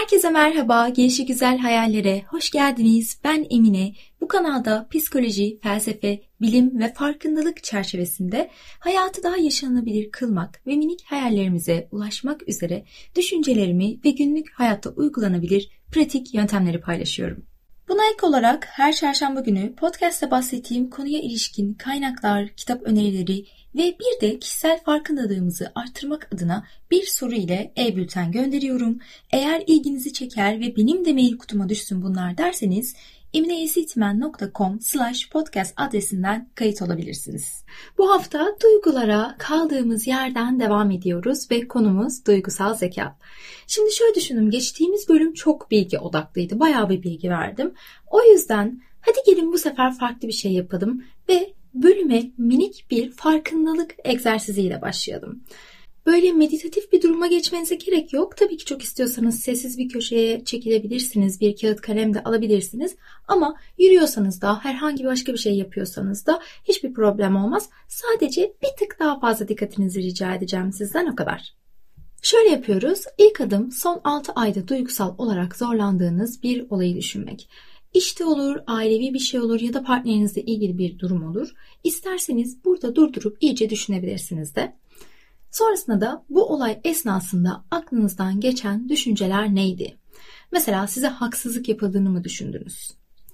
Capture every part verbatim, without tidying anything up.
Herkese merhaba, gelişi güzel hayallere hoş geldiniz. Ben Emine. Bu kanalda psikoloji, felsefe, bilim ve farkındalık çerçevesinde hayatı daha yaşanabilir kılmak ve minik hayallerimize ulaşmak üzere düşüncelerimi ve günlük hayatta uygulanabilir pratik yöntemleri paylaşıyorum. Buna ek olarak her çarşamba günü podcast'te bahsettiğim konuya ilişkin kaynaklar, kitap önerileri ve bir de kişisel farkındalığımızı artırmak adına bir soru ile e-bülten gönderiyorum. Eğer ilginizi çeker ve benim de mail kutuma düşsün bunlar derseniz emineyesitmen nokta com slash podcast adresinden kayıt olabilirsiniz. Bu hafta duygulara kaldığımız yerden devam ediyoruz ve konumuz duygusal zeka. Şimdi şöyle düşünün, geçtiğimiz bölüm çok bilgi odaklıydı. Bayağı bir bilgi verdim. O yüzden hadi gelin bu sefer farklı bir şey yapalım ve bölüme minik bir farkındalık egzersiziyle başlayalım. Böyle meditatif bir duruma geçmenize gerek yok. Tabii ki çok istiyorsanız sessiz bir köşeye çekilebilirsiniz. Bir kağıt kalem de alabilirsiniz. Ama yürüyorsanız da herhangi başka bir şey yapıyorsanız da hiçbir problem olmaz. Sadece bir tık daha fazla dikkatinizi rica edeceğim sizden, o kadar. Şöyle yapıyoruz. İlk adım son altı ayda duygusal olarak zorlandığınız bir olayı düşünmek. İşte olur, ailevi bir şey olur ya da partnerinizle ilgili bir durum olur. İsterseniz burada durdurup iyice düşünebilirsiniz de. Sonrasında da bu olay esnasında aklınızdan geçen düşünceler neydi? Mesela size haksızlık yapıldığını mı düşündünüz?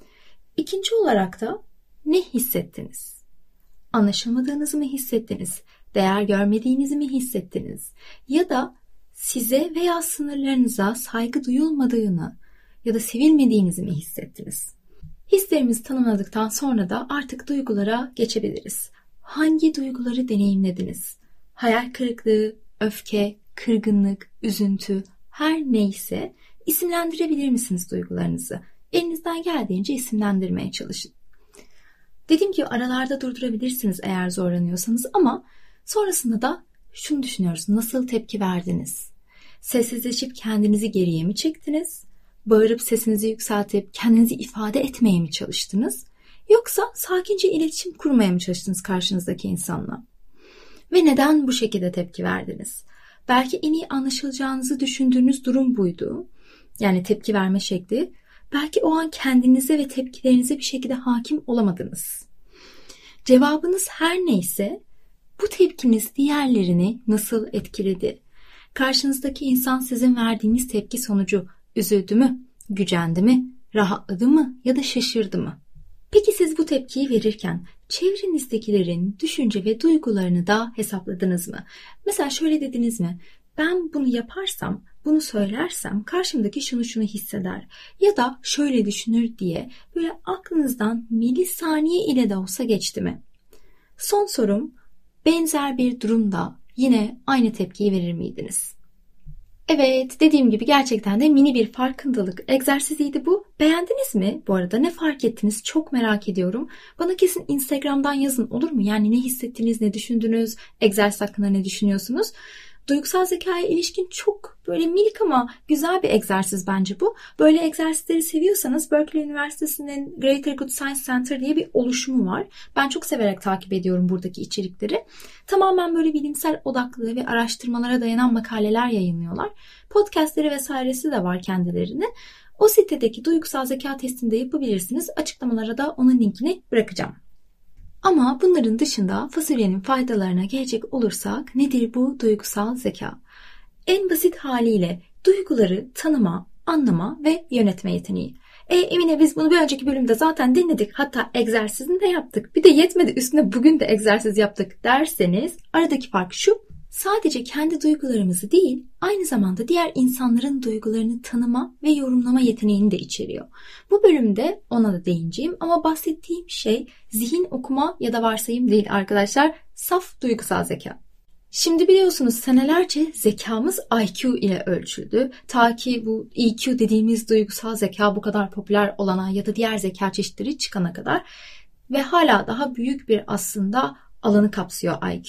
İkinci olarak da ne hissettiniz? Anlaşılmadığınızı mı hissettiniz? Değer görmediğinizi mi hissettiniz? Ya da size veya sınırlarınıza saygı duyulmadığını ya da sevilmediğinizi mi hissettiniz? Hislerimizi tanımladıktan sonra da artık duygulara geçebiliriz. Hangi duyguları deneyimlediniz? Hayal kırıklığı, öfke, kırgınlık, üzüntü, her neyse isimlendirebilir misiniz duygularınızı? Elinizden geldiğince isimlendirmeye çalışın. Dediğim gibi aralarda durdurabilirsiniz eğer zorlanıyorsanız, ama sonrasında da şunu düşünüyoruz: nasıl tepki verdiniz? Sessizleşip kendinizi geriye mi çektiniz? Bağırıp sesinizi yükseltip kendinizi ifade etmeye mi çalıştınız? Yoksa sakince iletişim kurmaya mı çalıştınız karşınızdaki insanla? Ve neden bu şekilde tepki verdiniz? Belki en iyi anlaşılacağınızı düşündüğünüz durum buydu. Yani tepki verme şekli. Belki o an kendinize ve tepkilerinize bir şekilde hakim olamadınız. Cevabınız her neyse, bu tepkiniz diğerlerini nasıl etkiledi? Karşınızdaki insan sizin verdiğiniz tepki sonucu üzüldü mü, gücendi mi, rahatladı mı ya da şaşırdı mı? Peki siz bu tepkiyi verirken çevrenizdekilerin düşünce ve duygularını da hesapladınız mı? Mesela şöyle dediniz mi? Ben bunu yaparsam, bunu söylersem karşımdaki şunu şunu hisseder ya da şöyle düşünür diye böyle aklınızdan milisaniye ile de olsa geçti mi? Son sorum, benzer bir durumda yine aynı tepkiyi verir miydiniz? Evet, dediğim gibi gerçekten de mini bir farkındalık egzersiziydi bu. Beğendiniz mi? Bu arada ne fark ettiniz? Çok merak ediyorum. Bana kesin Instagram'dan yazın, olur mu? Yani ne hissettiniz, ne düşündünüz, egzersiz hakkında ne düşünüyorsunuz? Duygusal zekaya ilişkin çok böyle minik ama güzel bir egzersiz bence bu. Böyle egzersizleri seviyorsanız Berkeley Üniversitesi'nin Greater Good Science Center diye bir oluşumu var. Ben çok severek takip ediyorum buradaki içerikleri. Tamamen böyle bilimsel odaklı ve araştırmalara dayanan makaleler yayınlıyorlar. Podcastleri vesairesi de var kendilerinin. O sitedeki duygusal zeka testini de yapabilirsiniz. Açıklamalara da onun linkini bırakacağım. Ama bunların dışında fasulyenin faydalarına gelecek olursak, nedir bu duygusal zeka? En basit haliyle duyguları tanıma, anlama ve yönetme yeteneği. E Emine, biz bunu bir önceki bölümde zaten dinledik, hatta egzersizini de yaptık, bir de yetmedi üstüne bugün de egzersiz yaptık derseniz, aradaki fark şu: sadece kendi duygularımızı değil, aynı zamanda diğer insanların duygularını tanıma ve yorumlama yeteneğini de içeriyor. Bu bölümde ona da değineceğim ama bahsettiğim şey zihin okuma ya da varsayım değil arkadaşlar, saf duygusal zeka. Şimdi biliyorsunuz senelerce zekamız I Q ile ölçüldü. Ta ki bu E Q dediğimiz duygusal zeka bu kadar popüler olana ya da diğer zeka çeşitleri çıkana kadar ve hala daha büyük bir aslında alanı kapsıyor I Q.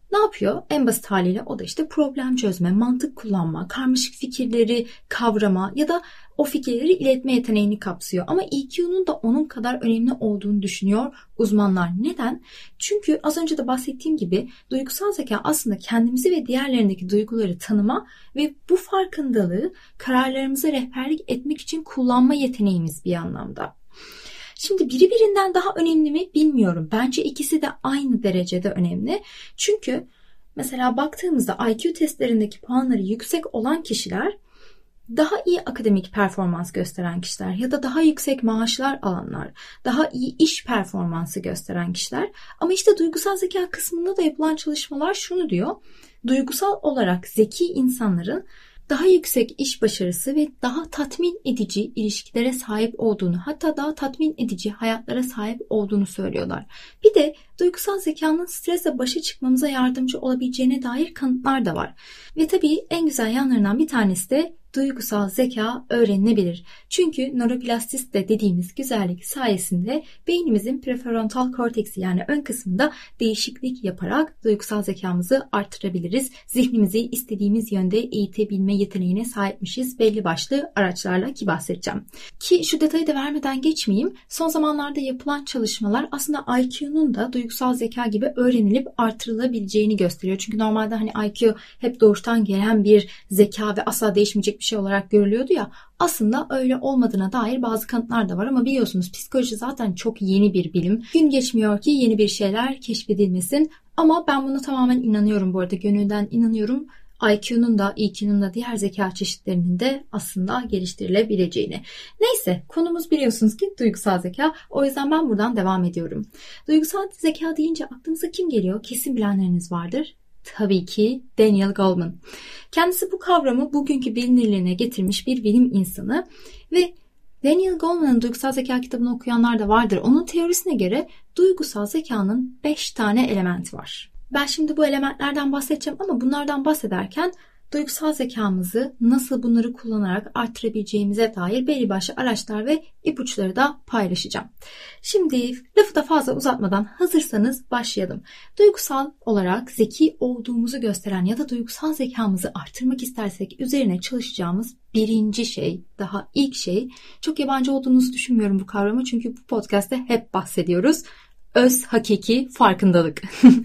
Ne yapıyor? En basit haliyle o da işte problem çözme, mantık kullanma, karmaşık fikirleri kavrama ya da o fikirleri iletme yeteneğini kapsıyor. Ama E Q'nun da onun kadar önemli olduğunu düşünüyor uzmanlar. Neden? Çünkü az önce de bahsettiğim gibi duygusal zeka aslında kendimizi ve diğerlerindeki duyguları tanıma ve bu farkındalığı kararlarımıza rehberlik etmek için kullanma yeteneğimiz bir anlamda. Şimdi biri birinden daha önemli mi bilmiyorum. Bence ikisi de aynı derecede önemli. Çünkü mesela baktığımızda I Q testlerindeki puanları yüksek olan kişiler daha iyi akademik performans gösteren kişiler ya da daha yüksek maaşlar alanlar, daha iyi iş performansı gösteren kişiler. Ama işte duygusal zeka kısmında da yapılan çalışmalar şunu diyor. Duygusal olarak zeki insanların daha yüksek iş başarısı ve daha tatmin edici ilişkilere sahip olduğunu, hatta daha tatmin edici hayatlara sahip olduğunu söylüyorlar. Bir de duygusal zekanın stresle başa çıkmamıza yardımcı olabileceğine dair kanıtlar da var. Ve tabii en güzel yanlarından bir tanesi de duygusal zeka öğrenilebilir. Çünkü nöroplastisite dediğimiz güzellik sayesinde beynimizin prefrontal korteksi yani ön kısmında değişiklik yaparak duygusal zekamızı artırabiliriz. Zihnimizi istediğimiz yönde eğitebilme yeteneğine sahipmişiz belli başlı araçlarla ki bahsedeceğim. Ki şu detayı da vermeden geçmeyeyim. Son zamanlarda yapılan çalışmalar aslında I Q'nun da duygusal zeka gibi öğrenilip artırılabileceğini gösteriyor. Çünkü normalde hani I Q hep doğuştan gelen bir zeka ve asla değişmeyecek bir şey olarak görülüyordu ya, aslında öyle olmadığına dair bazı kanıtlar da var ama biliyorsunuz psikoloji zaten çok yeni bir bilim. Gün geçmiyor ki yeni bir şeyler keşfedilmesin ama ben buna tamamen inanıyorum bu arada, gönülden inanıyorum. I Q'nun da E Q'nun da diğer zeka çeşitlerinin de aslında geliştirilebileceğini. Neyse, konumuz biliyorsunuz ki duygusal zeka. O yüzden ben buradan devam ediyorum. Duygusal zeka deyince aklınıza kim geliyor? Kesin bilenleriniz vardır. Tabii ki Daniel Goleman. Kendisi bu kavramı bugünkü bilinirliğine getirmiş bir bilim insanı ve Daniel Goleman'ın duygusal zeka kitabını okuyanlar da vardır. Onun teorisine göre duygusal zekanın beş tane elementi var. Ben şimdi bu elementlerden bahsedeceğim ama bunlardan bahsederken duygusal zekamızı nasıl bunları kullanarak arttırabileceğimize dair belli başlı araçlar ve ipuçları da paylaşacağım. Şimdi lafı da fazla uzatmadan hazırsanız başlayalım. Duygusal olarak zeki olduğumuzu gösteren ya da duygusal zekamızı arttırmak istersek üzerine çalışacağımız birinci şey, daha ilk şey, çok yabancı olduğunuzu düşünmüyorum bu kavramı çünkü bu podcast'te hep bahsediyoruz. Öz hakiki farkındalık.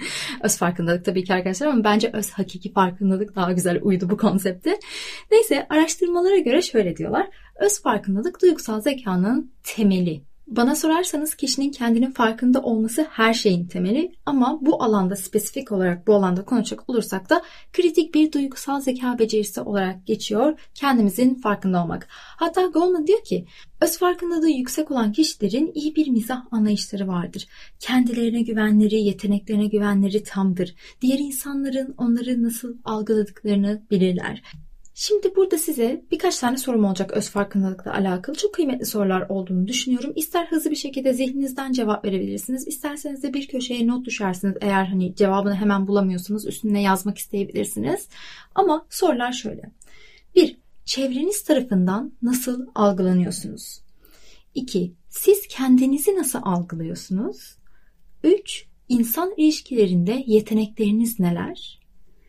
Öz farkındalık tabii ki arkadaşlar ama bence öz hakiki farkındalık daha güzel uydu bu konsepte. Neyse, araştırmalara göre şöyle diyorlar. Öz farkındalık duygusal zekanın temeli. Bana sorarsanız kişinin kendinin farkında olması her şeyin temeli ama bu alanda spesifik olarak bu alanda konuşacak olursak da kritik bir duygusal zeka becerisi olarak geçiyor kendimizin farkında olmak. Hatta Goleman diyor ki öz farkındalığı yüksek olan kişilerin iyi bir mizah anlayışları vardır. Kendilerine güvenleri, yeteneklerine güvenleri tamdır. Diğer insanların onları nasıl algıladıklarını bilirler. Şimdi burada size birkaç tane sorum olacak öz farkındalıkla alakalı. Çok kıymetli sorular olduğunu düşünüyorum. İster hızlı bir şekilde zihninizden cevap verebilirsiniz. İsterseniz de bir köşeye not düşersiniz. Eğer hani cevabını hemen bulamıyorsanız üstüne yazmak isteyebilirsiniz. Ama sorular şöyle. bir. Çevreniz tarafından nasıl algılanıyorsunuz? iki. Siz kendinizi nasıl algılıyorsunuz? üç. İnsan ilişkilerinde yetenekleriniz neler?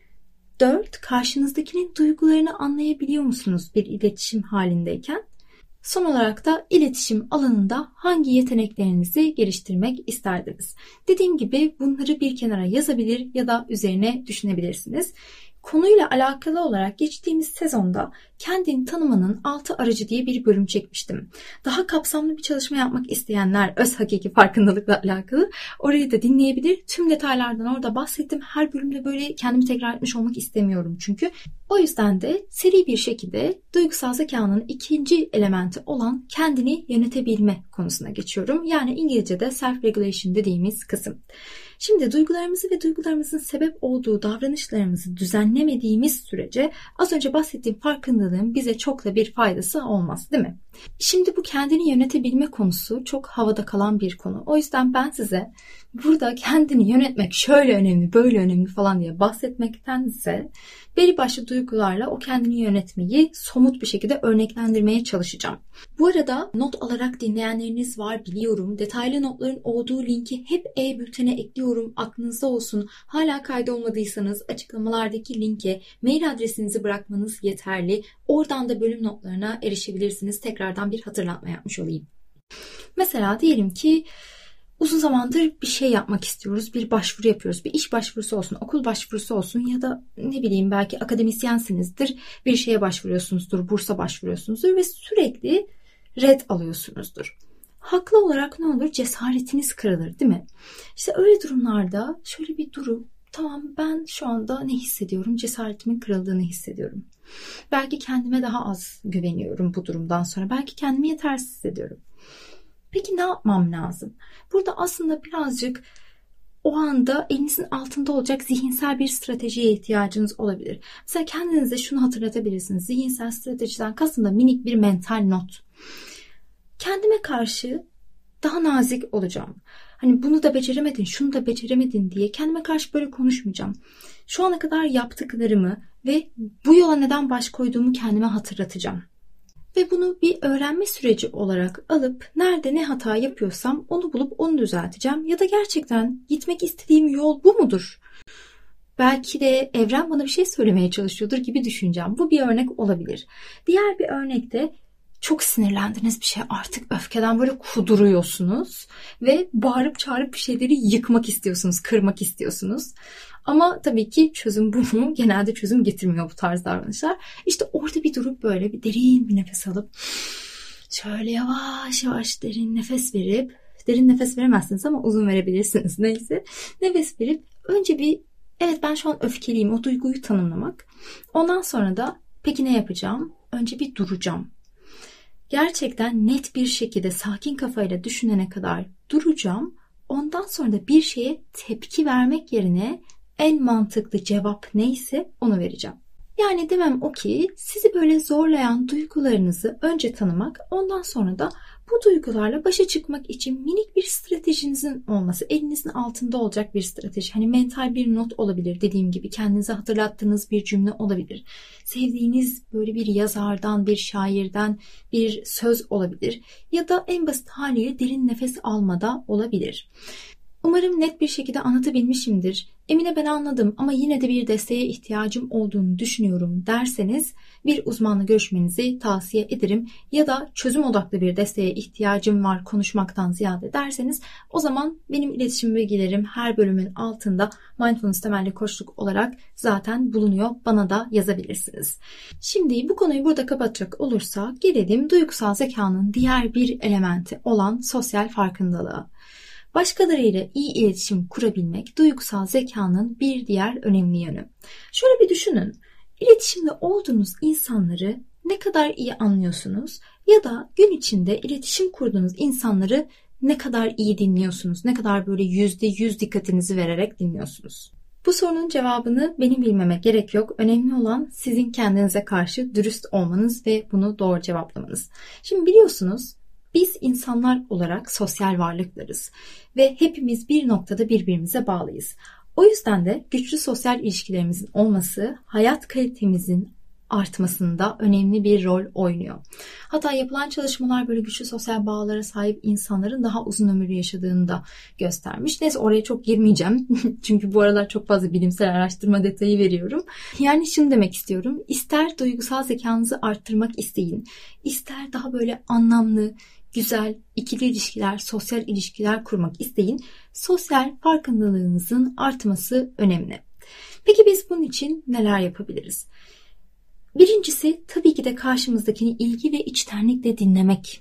dört. Karşınızdakinin duygularını anlayabiliyor musunuz bir iletişim halindeyken? Son olarak da iletişim alanında hangi yeteneklerinizi geliştirmek isterdiniz? Dediğim gibi bunları bir kenara yazabilir ya da üzerine düşünebilirsiniz. Konuyla alakalı olarak geçtiğimiz sezonda kendini tanımanın altı aracı diye bir bölüm çekmiştim. Daha kapsamlı bir çalışma yapmak isteyenler öz hakiki farkındalıkla alakalı orayı da dinleyebilir. Tüm detaylardan orada bahsettim. Her bölümde böyle kendimi tekrar etmiş olmak istemiyorum çünkü. O yüzden de seri bir şekilde duygusal zekanın ikinci elementi olan kendini yönetebilme konusuna geçiyorum. Yani İngilizce'de self-regulation dediğimiz kısım. Şimdi duygularımızı ve duygularımızın sebep olduğu davranışlarımızı düzenlemediğimiz sürece az önce bahsettiğim farkındalığın bize çok da bir faydası olmaz, değil mi? Şimdi bu kendini yönetebilme konusu çok havada kalan bir konu. O yüzden ben size burada kendini yönetmek şöyle önemli, böyle önemli falan diye bahsetmektense belli başlı duygularla o kendini yönetmeyi somut bir şekilde örneklendirmeye çalışacağım. Bu arada not alarak dinleyenleriniz var biliyorum. Detaylı notların olduğu linki hep e-bültene ekliyorum. Aklınızda olsun. Hala kaydolmadıysanız açıklamalardaki linke mail adresinizi bırakmanız yeterli. Oradan da bölüm notlarına erişebilirsiniz. Tekrardan bir hatırlatma yapmış olayım. Mesela diyelim ki uzun zamandır bir şey yapmak istiyoruz, bir başvuru yapıyoruz. Bir iş başvurusu olsun, okul başvurusu olsun ya da ne bileyim belki akademisyensinizdir. Bir şeye başvuruyorsunuzdur, bursa başvuruyorsunuzdur ve sürekli red alıyorsunuzdur. Haklı olarak ne olur? Cesaretiniz kırılır, değil mi? İşte öyle durumlarda şöyle bir durup tamam ben şu anda ne hissediyorum? Cesaretimin kırıldığını hissediyorum. Belki kendime daha az güveniyorum bu durumdan sonra. Belki kendimi yetersiz hissediyorum. Peki ne yapmam lazım? Burada aslında birazcık o anda elinizin altında olacak zihinsel bir stratejiye ihtiyacınız olabilir. Mesela kendinize şunu hatırlatabilirsiniz. Zihinsel stratejiden kastım da minik bir mental not. Kendime karşı daha nazik olacağım. Hani bunu da beceremedin, şunu da beceremedin diye kendime karşı böyle konuşmayacağım. Şu ana kadar yaptıklarımı ve bu yola neden baş koyduğumu kendime hatırlatacağım. Ve bunu bir öğrenme süreci olarak alıp nerede ne hata yapıyorsam onu bulup onu düzelteceğim. Ya da gerçekten gitmek istediğim yol bu mudur? Belki de evren bana bir şey söylemeye çalışıyordur gibi düşüneceğim. Bu bir örnek olabilir. Diğer bir örnekte çok sinirlendiniz bir şey, artık öfkeden böyle kuduruyorsunuz ve bağırıp çağırıp bir şeyleri yıkmak istiyorsunuz, kırmak istiyorsunuz. Ama tabii ki çözüm bu mu? Genelde çözüm getirmiyor bu tarz davranışlar. İşte orada bir durup böyle bir derin bir nefes alıp şöyle yavaş yavaş derin nefes verip, derin nefes veremezsiniz ama uzun verebilirsiniz neyse. Nefes verip önce bir evet ben şu an öfkeliyim, o duyguyu tanımlamak. Ondan sonra da peki ne yapacağım? Önce bir duracağım. Gerçekten net bir şekilde sakin kafayla düşünene kadar duracağım. Ondan sonra da bir şeye tepki vermek yerine en mantıklı cevap neyse onu vereceğim. Yani demem o ki sizi böyle zorlayan duygularınızı önce tanımak, ondan sonra da bu duygularla başa çıkmak için minik bir stratejinizin olması, elinizin altında olacak bir strateji. Hani mental bir not olabilir, dediğim gibi kendinize hatırlattığınız bir cümle olabilir. Sevdiğiniz böyle bir yazardan, bir şairden bir söz olabilir ya da en basit haliyle derin nefes almada olabilir. Umarım net bir şekilde anlatabilmişimdir. Emine ben anladım ama yine de bir desteğe ihtiyacım olduğunu düşünüyorum derseniz bir uzmanla görüşmenizi tavsiye ederim. Ya da çözüm odaklı bir desteğe ihtiyacım var konuşmaktan ziyade derseniz o zaman benim iletişim bilgilerim her bölümün altında Mindfulness temelli koçluk olarak zaten bulunuyor. Bana da yazabilirsiniz. Şimdi bu konuyu burada kapatacak olursak gelelim duygusal zekanın diğer bir elementi olan sosyal farkındalığa. Başkalarıyla iyi iletişim kurabilmek duygusal zekanın bir diğer önemli yönü. Şöyle bir düşünün, iletişimde olduğunuz insanları ne kadar iyi anlıyorsunuz ya da gün içinde iletişim kurduğunuz insanları ne kadar iyi dinliyorsunuz, ne kadar böyle yüzde yüz dikkatinizi vererek dinliyorsunuz. Bu sorunun cevabını benim bilmeme gerek yok. Önemli olan sizin kendinize karşı dürüst olmanız ve bunu doğru cevaplamanız. Şimdi biliyorsunuz, biz insanlar olarak sosyal varlıklarız ve hepimiz bir noktada birbirimize bağlıyız. O yüzden de güçlü sosyal ilişkilerimizin olması hayat kalitemizin artmasında önemli bir rol oynuyor. Hatta yapılan çalışmalar böyle güçlü sosyal bağlara sahip insanların daha uzun ömür yaşadığını da göstermiş. Neyse oraya çok girmeyeceğim. Çünkü bu aralar çok fazla bilimsel araştırma detayı veriyorum. Yani şunu demek istiyorum. İster duygusal zekanızı arttırmak isteyin, ister daha böyle anlamlı, güzel ikili ilişkiler, sosyal ilişkiler kurmak isteyin. Sosyal farkındalığınızın artması önemli. Peki biz bunun için neler yapabiliriz? Birincisi tabii ki de karşımızdakini ilgi ve içtenlikle dinlemek.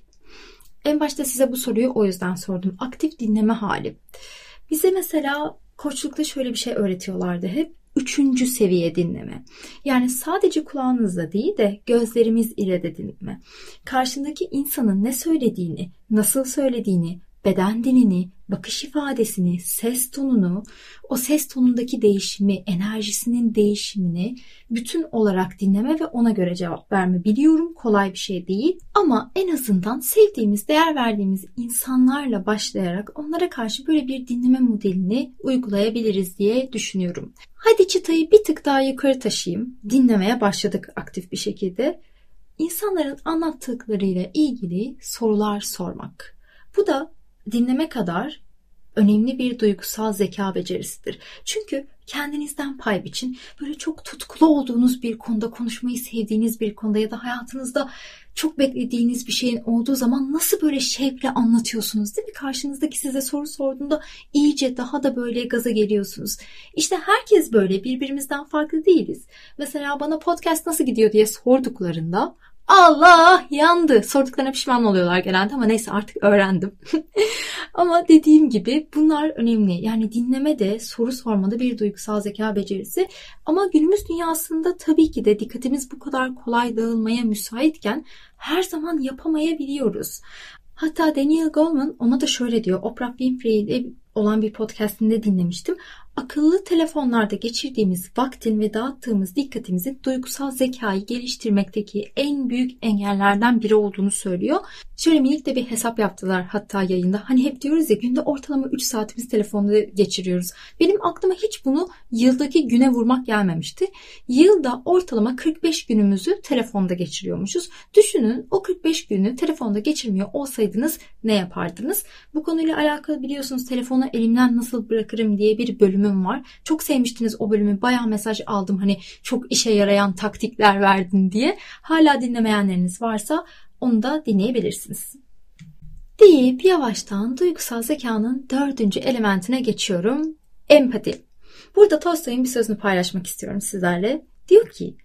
En başta size bu soruyu o yüzden sordum. Aktif dinleme hali. Bize mesela koçlukta şöyle bir şey öğretiyorlardı hep. Üçüncü seviye dinleme. Yani sadece kulağınızla değil de gözlerimiz ile de dinleme. Karşındaki insanın ne söylediğini, nasıl söylediğini, beden dilini, bakış ifadesini, ses tonunu, o ses tonundaki değişimi, enerjisinin değişimini bütün olarak dinleme ve ona göre cevap verme. Biliyorum kolay bir şey değil ama en azından sevdiğimiz, değer verdiğimiz insanlarla başlayarak onlara karşı böyle bir dinleme modelini uygulayabiliriz diye düşünüyorum. Hadi çıtayı bir tık daha yukarı taşıyayım. Dinlemeye başladık aktif bir şekilde. İnsanların anlattıklarıyla ilgili sorular sormak. Bu da dinleme kadar önemli bir duygusal zeka becerisidir. Çünkü kendinizden pay biçin. Böyle çok tutkulu olduğunuz bir konuda, konuşmayı sevdiğiniz bir konuda ya da hayatınızda çok beklediğiniz bir şeyin olduğu zaman nasıl böyle şevkle anlatıyorsunuz değil mi? Karşınızdaki size soru sorduğunda iyice daha da böyle gaza geliyorsunuz. İşte herkes böyle, birbirimizden farklı değiliz. Mesela bana podcast nasıl gidiyor diye sorduklarında Allah yandı. Sorduklarına pişman oluyorlar genelde ama neyse artık öğrendim. Ama dediğim gibi bunlar önemli. Yani dinleme de soru sormada bir duygusal zeka becerisi. Ama günümüz dünyasında tabii ki de dikkatimiz bu kadar kolay dağılmaya müsaitken her zaman yapamayabiliyoruz. Hatta Daniel Goleman ona da şöyle diyor. Oprah Winfrey ile olan bir podcastinde dinlemiştim. Akıllı telefonlarda geçirdiğimiz vaktin ve dağıttığımız dikkatimizin duygusal zekayı geliştirmekteki en büyük engellerden biri olduğunu söylüyor. Şöyle minik de bir hesap yaptılar hatta yayında. Hani hep diyoruz ya günde ortalama üç saatimiz telefonda geçiriyoruz. Benim aklıma hiç bunu yıldaki güne vurmak gelmemişti. Yılda ortalama kırk beş günümüzü telefonda geçiriyormuşuz. Düşünün o kırk beş günü telefonda geçirmiyor olsaydınız ne yapardınız? Bu konuyla alakalı biliyorsunuz telefonu elimden nasıl bırakırım diye bir bölümüm var. Çok sevmiştiniz o bölümü. Bayağı mesaj aldım hani çok işe yarayan taktikler verdin diye. Hala dinlemeyenleriniz varsa onu da dinleyebilirsiniz. Deyip yavaştan duygusal zekanın dördüncü elementine geçiyorum. Empati. Burada Tolstoy'un bir sözünü paylaşmak istiyorum sizlerle. Diyor ki,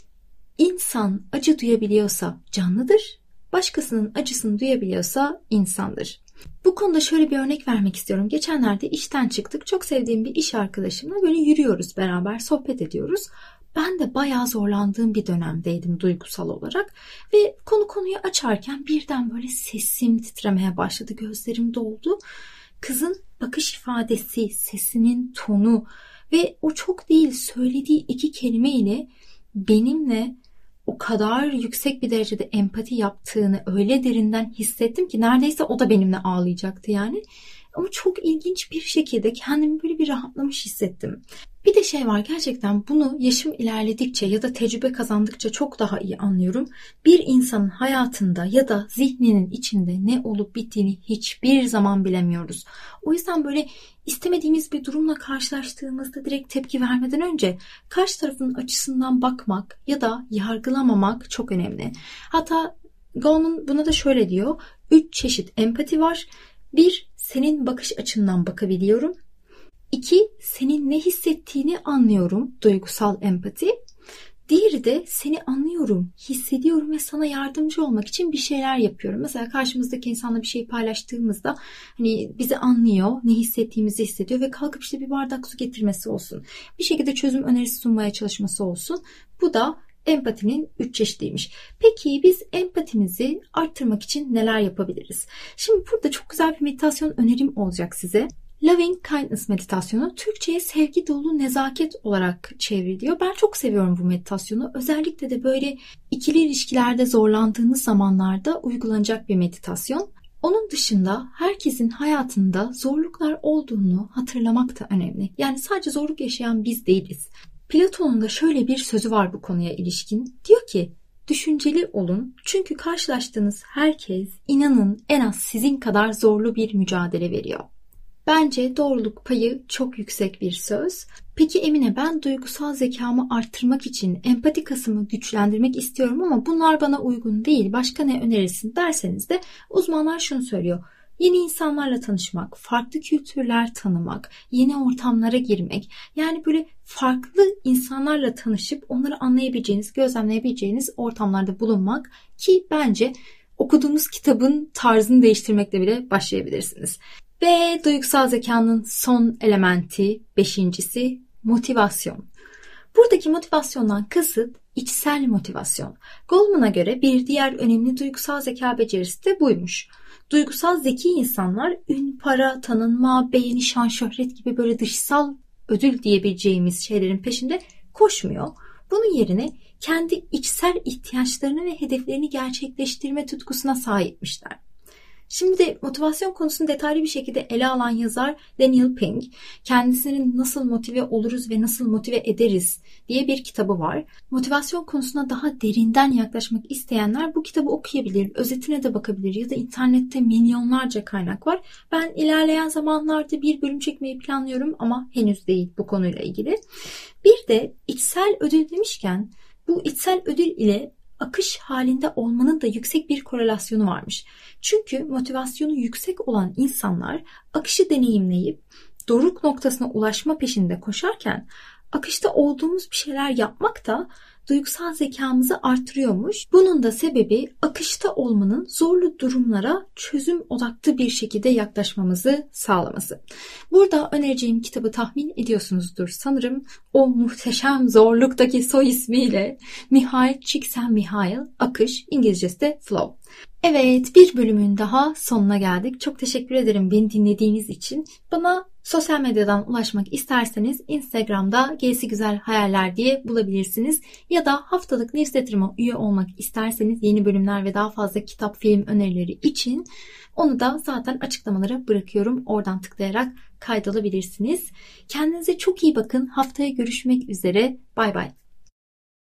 İnsan acı duyabiliyorsa canlıdır, başkasının acısını duyabiliyorsa insandır. Bu konuda şöyle bir örnek vermek istiyorum. Geçenlerde işten çıktık. Çok sevdiğim bir iş arkadaşımla böyle yürüyoruz beraber, sohbet ediyoruz. Ben de bayağı zorlandığım bir dönemdeydim duygusal olarak. Ve konu konuyu açarken birden böyle sesim titremeye başladı. Gözlerim doldu. Kızın bakış ifadesi, sesinin tonu ve o çok değil söylediği iki kelimeyle benimle o kadar yüksek bir derecede empati yaptığını öyle derinden hissettim ki neredeyse o da benimle ağlayacaktı yani. Ama çok ilginç bir şekilde kendimi böyle bir rahatlamış hissettim. Bir de şey var, gerçekten bunu yaşım ilerledikçe ya da tecrübe kazandıkça çok daha iyi anlıyorum. Bir insanın hayatında ya da zihninin içinde ne olup bittiğini hiçbir zaman bilemiyoruz. O yüzden böyle istemediğimiz bir durumla karşılaştığımızda direkt tepki vermeden önce karşı tarafın açısından bakmak ya da yargılamamak çok önemli. Hatta Goleman buna da şöyle diyor. Üç çeşit empati var. Bir, senin bakış açından bakabiliyorum. İki, senin ne hissettiğini anlıyorum, duygusal empati. Diğeri de seni anlıyorum, hissediyorum ve sana yardımcı olmak için bir şeyler yapıyorum. Mesela karşımızdaki insanla bir şey paylaştığımızda hani bizi anlıyor, ne hissettiğimizi hissediyor ve kalkıp işte bir bardak su getirmesi olsun. Bir şekilde çözüm önerisi sunmaya çalışması olsun. Bu da empatinin üç çeşidiymiş. Peki biz empatimizi arttırmak için neler yapabiliriz? Şimdi burada çok güzel bir meditasyon önerim olacak size. Loving Kindness meditasyonu Türkçe'ye sevgi dolu nezaket olarak çevriliyor. Ben çok seviyorum bu meditasyonu. Özellikle de böyle ikili ilişkilerde zorlandığınız zamanlarda uygulanacak bir meditasyon. Onun dışında herkesin hayatında zorluklar olduğunu hatırlamak da önemli. Yani sadece zorluk yaşayan biz değiliz. Platon'un da şöyle bir sözü var bu konuya ilişkin. Diyor ki, düşünceli olun çünkü karşılaştığınız herkes inanın en az sizin kadar zorlu bir mücadele veriyor. Bence doğruluk payı çok yüksek bir söz. Peki Emine, ben duygusal zekamı arttırmak için empati kasımı güçlendirmek istiyorum ama bunlar bana uygun değil. Başka ne önerirsin derseniz de uzmanlar şunu söylüyor. Yeni insanlarla tanışmak, farklı kültürler tanımak, yeni ortamlara girmek. Yani böyle farklı insanlarla tanışıp onları anlayabileceğiniz, gözlemleyebileceğiniz ortamlarda bulunmak ki bence okuduğunuz kitabın tarzını değiştirmekle bile başlayabilirsiniz. Ve duygusal zekanın son elementi, beşincisi motivasyon. Buradaki motivasyondan kasıt içsel motivasyon. Goleman'a göre bir diğer önemli duygusal zeka becerisi de buymuş. Duygusal zeki insanlar ün, para, tanınma, beğeni, şan, şöhret gibi böyle dışsal ödül diyebileceğimiz şeylerin peşinde koşmuyor. Bunun yerine kendi içsel ihtiyaçlarını ve hedeflerini gerçekleştirme tutkusuna sahipmişler. Şimdi de motivasyon konusunu detaylı bir şekilde ele alan yazar Daniel Pink, kendisinin Nasıl Motive Oluruz ve Nasıl Motive Ederiz diye bir kitabı var. Motivasyon konusuna daha derinden yaklaşmak isteyenler bu kitabı okuyabilir, özetine de bakabilir ya da internette milyonlarca kaynak var. Ben ilerleyen zamanlarda bir bölüm çekmeyi planlıyorum ama henüz değil bu konuyla ilgili. Bir de içsel ödül demişken bu içsel ödül ile akış halinde olmanın da yüksek bir korelasyonu varmış. Çünkü motivasyonu yüksek olan insanlar akışı deneyimleyip doruk noktasına ulaşma peşinde koşarken akışta olduğumuz bir şeyler yapmak da duygusal zekamızı artırıyormuş. Bunun da sebebi akışta olmanın zorlu durumlara çözüm odaklı bir şekilde yaklaşmamızı sağlaması. Burada önereceğim kitabı tahmin ediyorsunuzdur sanırım. O muhteşem zorluktaki soy ismiyle Mihail Csikszentmihalyi, Akış, İngilizcesi de Flow. Evet, bir bölümün daha sonuna geldik. Çok teşekkür ederim beni dinlediğiniz için. Bana sosyal medyadan ulaşmak isterseniz Instagram'da G'si Güzel Hayaller diye bulabilirsiniz. Ya da haftalık newsletter'ıma üye olmak isterseniz yeni bölümler ve daha fazla kitap, film önerileri için onu da zaten açıklamalara bırakıyorum. Oradan tıklayarak kaydolabilirsiniz. Kendinize çok iyi bakın. Haftaya görüşmek üzere. Bay bay.